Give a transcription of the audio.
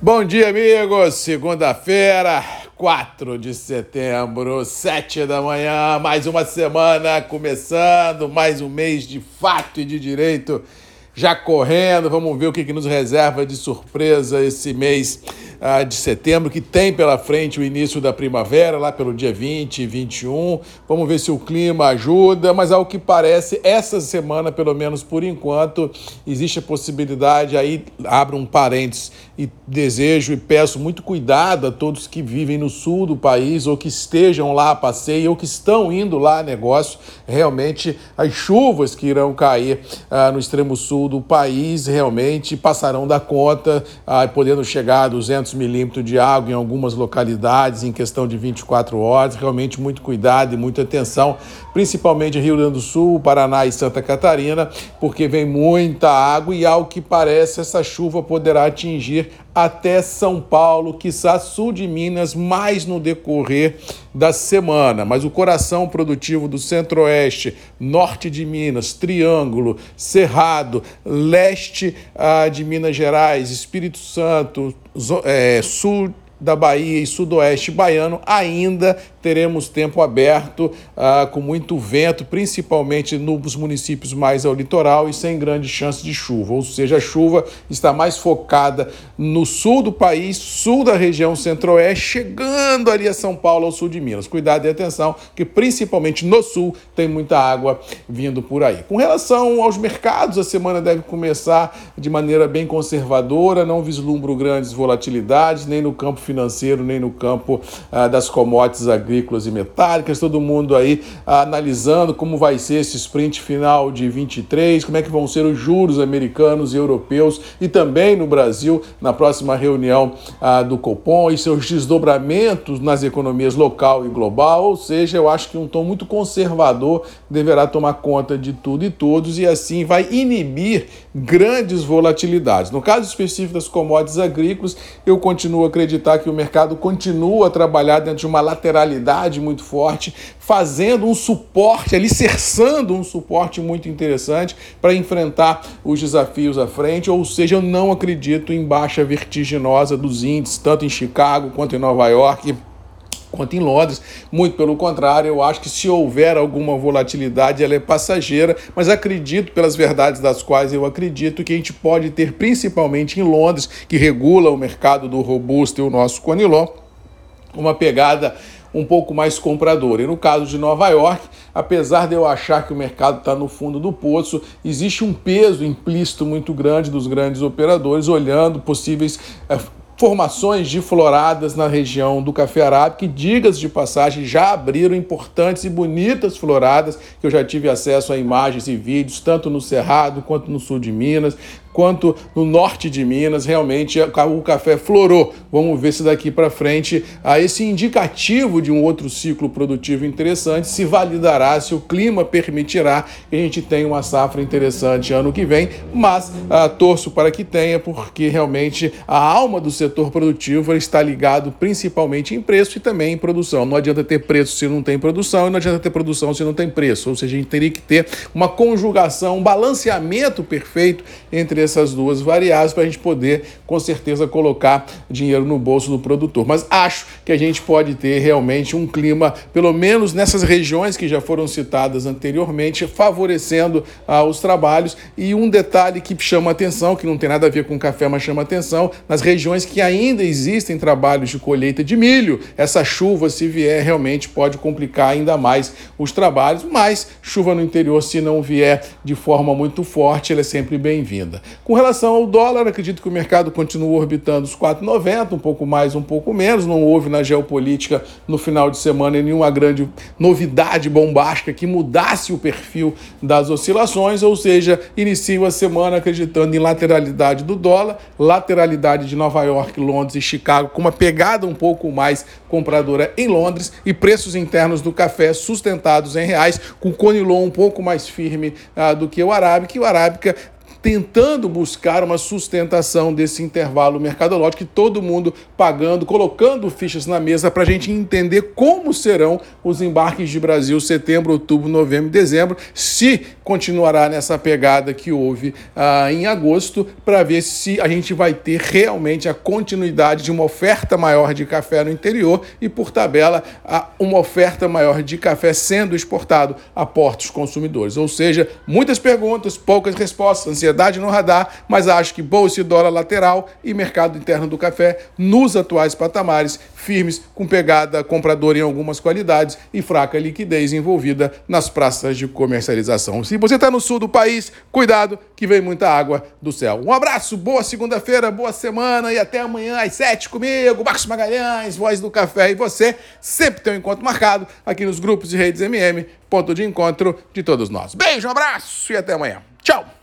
Bom dia, amigos. Segunda-feira, 4 de setembro, 7 da manhã. Mais uma semana começando, mais um mês de fato e de direito já correndo. Vamos ver o que nos reserva de surpresa esse mês de setembro, que tem pela frente o início da primavera, lá pelo dia 20 e 21. Vamos ver se o clima ajuda, mas ao que parece, essa semana, pelo menos por enquanto, existe a possibilidade, aí abro um parênteses e desejo e peço muito cuidado a todos que vivem no sul do país ou que estejam lá a passeio ou que estão indo lá a negócio. Realmente, as chuvas que irão cair no extremo sul do país realmente passarão da conta, podendo chegar a 200 milímetros de água em algumas localidades em questão de 24 horas. Realmente muito cuidado e muita atenção, principalmente em Rio Grande do Sul, Paraná e Santa Catarina, porque vem muita água e, ao que parece, essa chuva poderá atingir até São Paulo, quiçá sul de Minas, mais no decorrer da semana. Mas o coração produtivo do Centro-Oeste, norte de Minas, Triângulo, Cerrado, leste de Minas Gerais, Espírito Santo, sul da Bahia e sudoeste baiano, ainda teremos tempo aberto, com muito vento, principalmente nos municípios mais ao litoral e sem grande chance de chuva. Ou seja, a chuva está mais focada no sul do país, sul da região centro-oeste, chegando ali a São Paulo, ao sul de Minas. Cuidado e atenção, que principalmente no sul tem muita água vindo por aí. Com relação aos mercados, a semana deve começar de maneira bem conservadora, não vislumbro grandes volatilidades, nem no campo financeiro, nem no campo das commodities agrícolas e metálicas. Todo mundo aí analisando como vai ser esse sprint final de 23, como é que vão ser os juros americanos e europeus e também no Brasil, na próxima reunião do Copom, e seus desdobramentos nas economias local e global. Ou seja, eu acho que um tom muito conservador deverá tomar conta de tudo e todos, e assim vai inibir grandes volatilidades. No caso específico das commodities agrícolas, eu continuo a acreditar que o mercado continua a trabalhar dentro de uma lateralidade muito forte, fazendo um suporte, alicerçando um suporte muito interessante para enfrentar os desafios à frente. Ou seja, eu não acredito em baixa vertiginosa dos índices, tanto em Chicago quanto em Nova York, quanto em Londres. Muito pelo contrário, eu acho que se houver alguma volatilidade, ela é passageira, mas acredito, pelas verdades das quais eu acredito, que a gente pode ter, principalmente em Londres, que regula o mercado do robusto e o nosso Conilon, uma pegada um pouco mais compradora. E no caso de Nova York, apesar de eu achar que o mercado está no fundo do poço, existe um peso implícito muito grande dos grandes operadores olhando possíveis formações de floradas na região do Café Arábica, que, diga-se de passagem, já abriram importantes e bonitas floradas, que eu já tive acesso a imagens e vídeos, tanto no Cerrado quanto no sul de Minas, quanto no norte de Minas. Realmente o café florou. Vamos ver se daqui para frente esse indicativo de um outro ciclo produtivo interessante se validará, se o clima permitirá que a gente tenha uma safra interessante ano que vem, mas torço para que tenha, porque realmente a alma do setor produtivo está ligado principalmente em preço e também em produção. Não adianta ter preço se não tem produção, e não adianta ter produção se não tem preço. Ou seja, a gente teria que ter uma conjugação, um balanceamento perfeito entre essas duas variáveis para a gente poder, com certeza, colocar dinheiro no bolso do produtor. Mas acho que a gente pode ter realmente um clima, pelo menos nessas regiões que já foram citadas anteriormente, favorecendo os trabalhos. E um detalhe que chama atenção, que não tem nada a ver com café, mas chama atenção, nas regiões que ainda existem trabalhos de colheita de milho, essa chuva, se vier, realmente pode complicar ainda mais os trabalhos, mas chuva no interior, se não vier de forma muito forte, ela é sempre bem-vinda. Com relação ao dólar, acredito que o mercado continua orbitando os 4,90, um pouco mais, um pouco menos. Não houve na geopolítica no final de semana nenhuma grande novidade bombástica que mudasse o perfil das oscilações, ou seja, inicio a semana acreditando em lateralidade do dólar, lateralidade de Nova York, Londres e Chicago, com uma pegada um pouco mais compradora em Londres, e preços internos do café sustentados em reais, com o Conilon um pouco mais firme do que o Arábica, e o Arábica tentando buscar uma sustentação desse intervalo mercadológico, e todo mundo pagando, colocando fichas na mesa para a gente entender como serão os embarques de Brasil setembro, outubro, novembro e dezembro, se continuará nessa pegada que houve em agosto, para ver se a gente vai ter realmente a continuidade de uma oferta maior de café no interior e, por tabela, uma oferta maior de café sendo exportado a portos consumidores. Ou seja, muitas perguntas, poucas respostas, ansiedade no radar, mas acho que bolsa e dólar lateral e mercado interno do café nos atuais patamares, firmes, com pegada compradora em algumas qualidades e fraca liquidez envolvida nas praças de comercialização. Se você está no sul do país, cuidado que vem muita água do céu. Um abraço, boa segunda-feira, boa semana e até amanhã às 7 comigo, Marcos Magalhães, Voz do Café, e você sempre tem um encontro marcado aqui nos grupos e redes MM, ponto de encontro de todos nós. Beijo, um abraço e até amanhã. Tchau!